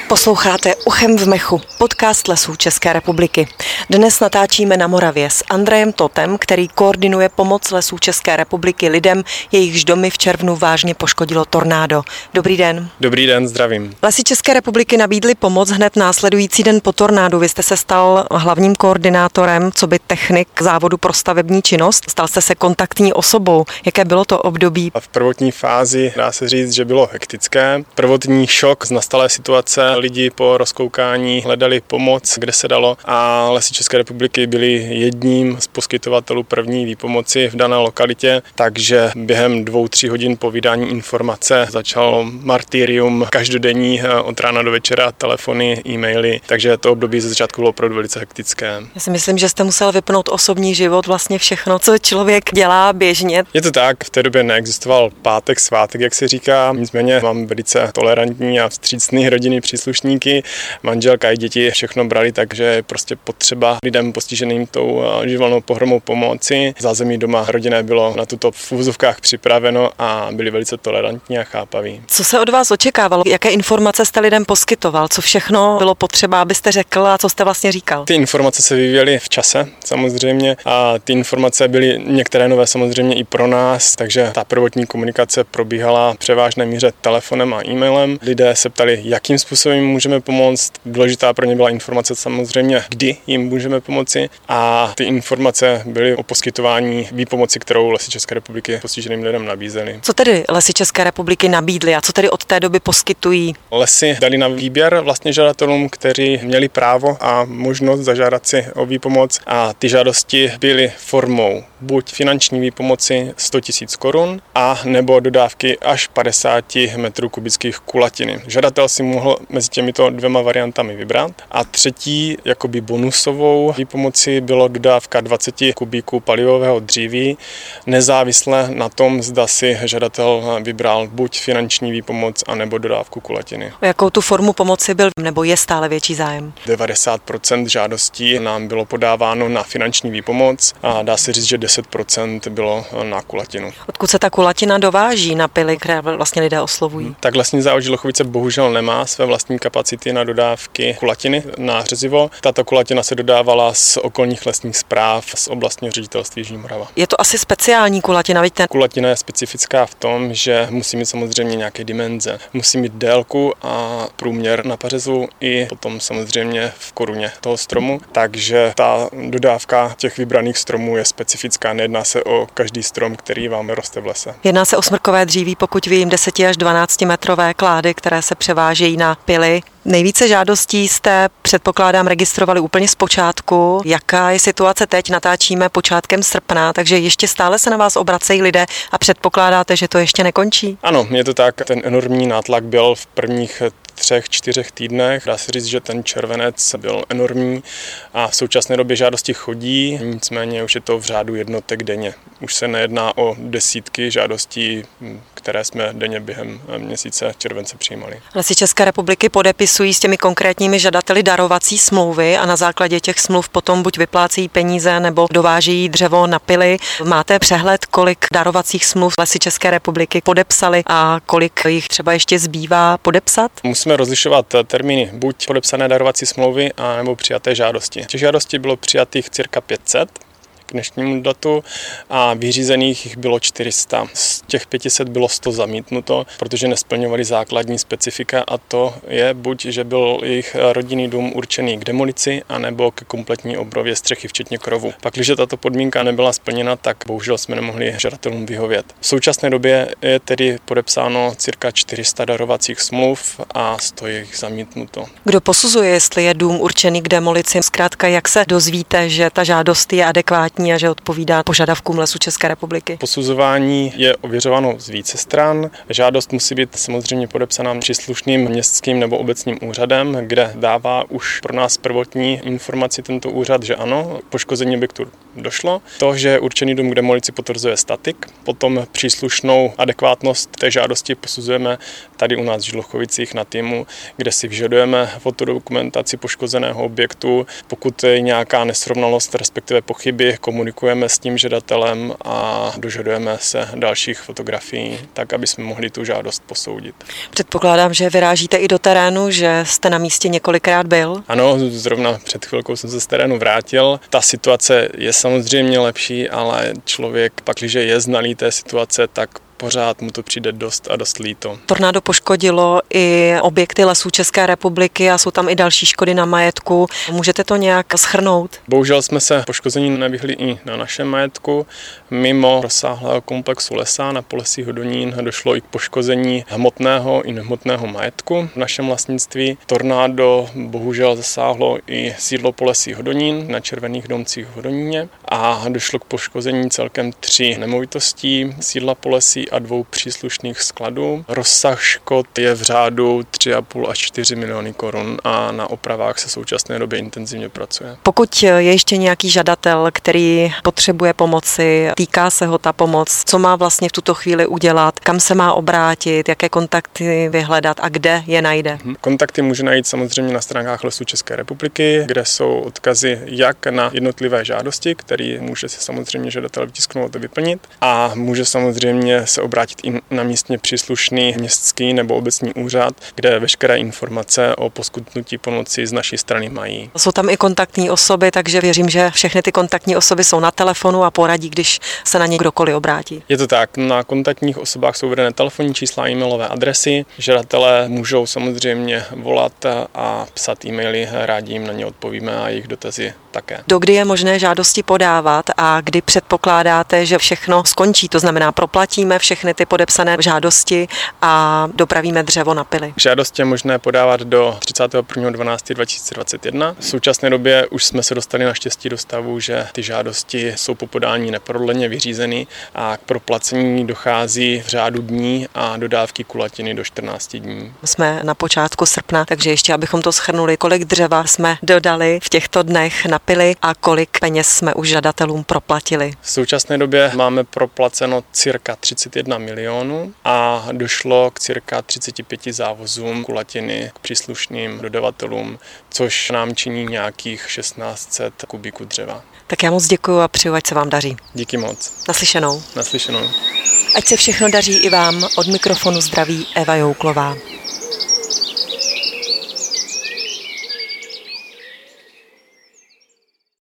Posloucháte Uchem v mechu, podcast Lesů České republiky. Dnes natáčíme na Moravě s Andrejem Totem, který koordinuje pomoc Lesů České republiky lidem, jejichž domy v červnu vážně poškodilo tornádo. Dobrý den. Dobrý den, zdravím. Lesy České republiky nabídly pomoc hned následující den po tornádu. Vy jste se stal hlavním koordinátorem, coby technik závodu pro stavební činnost. Stal jste se kontaktní osobou. Jaké bylo to období? V prvotní fázi dá se říct, že bylo hektické. Prvotní šok z nastalé situace. Lidi po rozkoukání hledali pomoc, kde se dalo, a Lesy České republiky byli jedním z poskytovatelů první výpomoci v dané lokalitě, takže během 2-3 hodin po vydání informace začalo martyrium každodenní od rána do večera, telefony, e-maily, takže to období ze začátku bylo opravdu velice hektické. Já si myslím, že jste musel vypnout osobní život, vlastně všechno, co člověk dělá běžně. Je to tak, v té době neexistoval pátek, svátek, jak se říká, nicméně mám velice tolerantní a vstřícný rodinný příslušníky, manželka i děti všechno brali, takže je prostě potřeba lidem postiženým tou živelnou pohromou pomoci. Zázemí doma rodinné bylo na tuto v úvozovkách připraveno a byli velice tolerantní a chápaví. Co se od vás očekávalo? Jaké informace jste lidem poskytoval? Co všechno bylo potřeba, abyste řekl, a co jste vlastně říkal? Ty informace se vyvíjely v čase samozřejmě a ty informace byly některé nové samozřejmě i pro nás, takže ta prvotní komunikace probíhala v převážné míře telefonem a e-mailem. Lidé se ptali, jakým způsobem jim můžeme pomoct. Důležitá pro ně byla informace samozřejmě, kdy jim můžeme pomoci, a ty informace byly o poskytování výpomoci, kterou Lesy České republiky postiženým lidem nabízely. Co tedy Lesy České republiky nabídly a co tedy od té doby poskytují? Lesy dali na výběr vlastně žadatelům, kteří měli právo a možnost zažádat si o výpomoc, a ty žádosti byly formou buď finanční výpomoci 100 000 korun a nebo dodávky až 50 metrů kubických kulatiny. Žadatel si mohl mezi těmito dvěma variantami vybrat, a třetí jakoby bonusovou výpomocí bylo dodávka 20 kubíků palivového dříví, nezávisle na tom, zda si žadatel vybral buď finanční výpomoc a nebo dodávku kulatiny. O jakou tu formu pomoci byl nebo je stále větší zájem? 90% žádostí nám bylo podáváno na finanční výpomoc a dá se říct, že 10% bylo na kulatinu. Odkud se ta kulatina dováží na pily, které vlastně lidé oslovují? Tak lesní závod Žilochovice bohužel nemá své vlastní kapacity na dodávky kulatiny na řezivo. Tato kulatina se dodávala z okolních lesních správ z oblastního ředitelství Jižní Morava. Je to asi speciální kulatina, vidíte? Kulatina je specifická v tom, že musí mít samozřejmě nějaké dimenze. Musí mít délku a průměr na pařezu i potom samozřejmě v koruně toho stromu, takže ta dodávka těch vybraných stromů je specifická, nejedná se o každý strom, který vám roste v lese. Jedná se o smrkové dříví, pokud vím, 10 až 12 metrové klády, které se převážejí na pily. Nejvíce žádostí jste, předpokládám, registrovali úplně z počátku. Jaká je situace teď? Natáčíme počátkem srpna, takže ještě stále se na vás obracejí lidé a předpokládáte, že to ještě nekončí? Ano, je to tak. Ten enormní nátlak byl v prvních 3-4 týdnech. Dá se říct, že ten červenec byl enormní a v současné době žádosti chodí, nicméně už je to v řádu jednotek denně. Už se nejedná o desítky žádostí, které jsme denně během měsíce července přijímali. Lesy České republiky podepisují s těmi konkrétními žadateli darovací smlouvy a na základě těch smluv potom buď vyplácejí peníze nebo dovážejí dřevo na pily. Máte přehled, kolik darovacích smluv Lesy České republiky podepsali a kolik jich třeba ještě zbývá podepsat? Musíme rozlišovat termíny buď podepsané darovací smlouvy a nebo přijaté žádosti. Těch žádostí bylo přijatých cirka 500 k dnešnímu datu a vyřízených jich bylo 400. Z těch 500 bylo 100 zamítnuto, protože nesplňovali základní specifika, a to je buď, že byl jejich rodinný dům určený k demolici anebo ke kompletní obnově střechy, včetně krovu. Pakliže tato podmínka nebyla splněna, tak bohužel jsme nemohli žadatelům vyhovět. V současné době je tedy podepsáno cirka 400 darovacích smluv a 100 je jich zamítnuto. Kdo posuzuje, jestli je dům určený k demolici? Zkrátka, jak se dozvíte, že ta žádost je adekvátní a že odpovídá požadavkům Lesů České republiky? Posuzování je ověřováno z více stran. Žádost musí být samozřejmě podepsaná příslušným městským nebo obecním úřadem, kde dává už pro nás prvotní informaci tento úřad, že ano, poškození objektu došlo. To, že určený dům k demolici potvrzuje statik, potom příslušnou adekvátnost té žádosti posuzujeme tady u nás v Žilovcovicích na týmu, kde si vyžadujeme fotodokumentaci poškozeného objektu. Pokud je nějaká nesrovnalost, respektive pochyby, komunikujeme s tím žadatelem a dožadujeme se dalších fotografií, tak aby jsme mohli tu žádost posoudit. Předpokládám, že vyrážíte i do terénu, že jste na místě několikrát byl? Ano, zrovna před chvilkou jsem se z terénu vrátil. Ta situace je samozřejmě lepší, ale člověk, pakliže je znalý té situace, tak pořád mu to přijde dost a dost líto. Tornádo poškodilo i objekty Lesů České republiky a jsou tam i další škody na majetku. Můžete to nějak shrnout? Bohužel jsme se poškození nevyhli i na našem majetku. Mimo rozsáhlého komplexu lesa na Polesí Hodonín došlo i k poškození hmotného i nehmotného majetku v našem vlastnictví. Tornádo bohužel zasáhlo i sídlo Polesí Hodonín na Červených domcích v Hodoníně a došlo k poškození celkem 3 nemovitostí sídla Polesí a 2 příslušných skladů. Rozsah škod je v řádu 3,5 až 4 miliony korun a na opravách se v současné době intenzivně pracuje. Pokud je ještě nějaký žadatel, který potřebuje pomoci, týká se ho ta pomoc, co má vlastně v tuto chvíli udělat, kam se má obrátit, jaké kontakty vyhledat a kde je najde? Kontakty může najít samozřejmě na stránkách Lesů České republiky, kde jsou odkazy jak na jednotlivé žádosti, které může si samozřejmě žadatel vytisknout a vyplnit, a může samozřejmě se obrátit i na místně příslušný městský nebo obecní úřad, kde veškeré informace o poskytnutí pomoci z naší strany mají. Jsou tam i kontaktní osoby, takže věřím, že všechny ty kontaktní osoby jsou na telefonu a poradí, když se na ně kdokoliv obrátí. Je to tak, na kontaktních osobách jsou uvedené telefonní čísla a e-mailové adresy. Žadatelé můžou samozřejmě volat a psat e-maily, rádi jim na ně odpovíme a jejich dotazy také. Dokdy je možné žádosti podávat a kdy předpokládáte, že všechno skončí, to znamená proplatíme všechny ty podepsané žádosti a dopravíme dřevo na pily? Žádosti je možné podávat do 31.12.2021. V současné době už jsme se dostali naštěstí do stavu, že ty žádosti jsou po podání neprodleně vyřízeny a k proplacení dochází v řádu dní a dodávky kulatiny do 14 dní. Jsme na počátku srpna, takže ještě abychom to shrnuli, kolik dřeva jsme dodali v těchto dnech na pily a kolik peněz jsme už žadatelům proplatili. V současné době máme proplaceno cirka 31 milionů a došlo k cirka 35 závozům kulatiny k příslušným dodavatelům, což nám činí nějakých 1600 kubíků dřeva. Tak já moc děkuji a přeju, ať se vám daří. Díky moc. Naslyšenou. Naslyšenou. Ať se všechno daří i vám, od mikrofonu zdraví Eva Jouklová.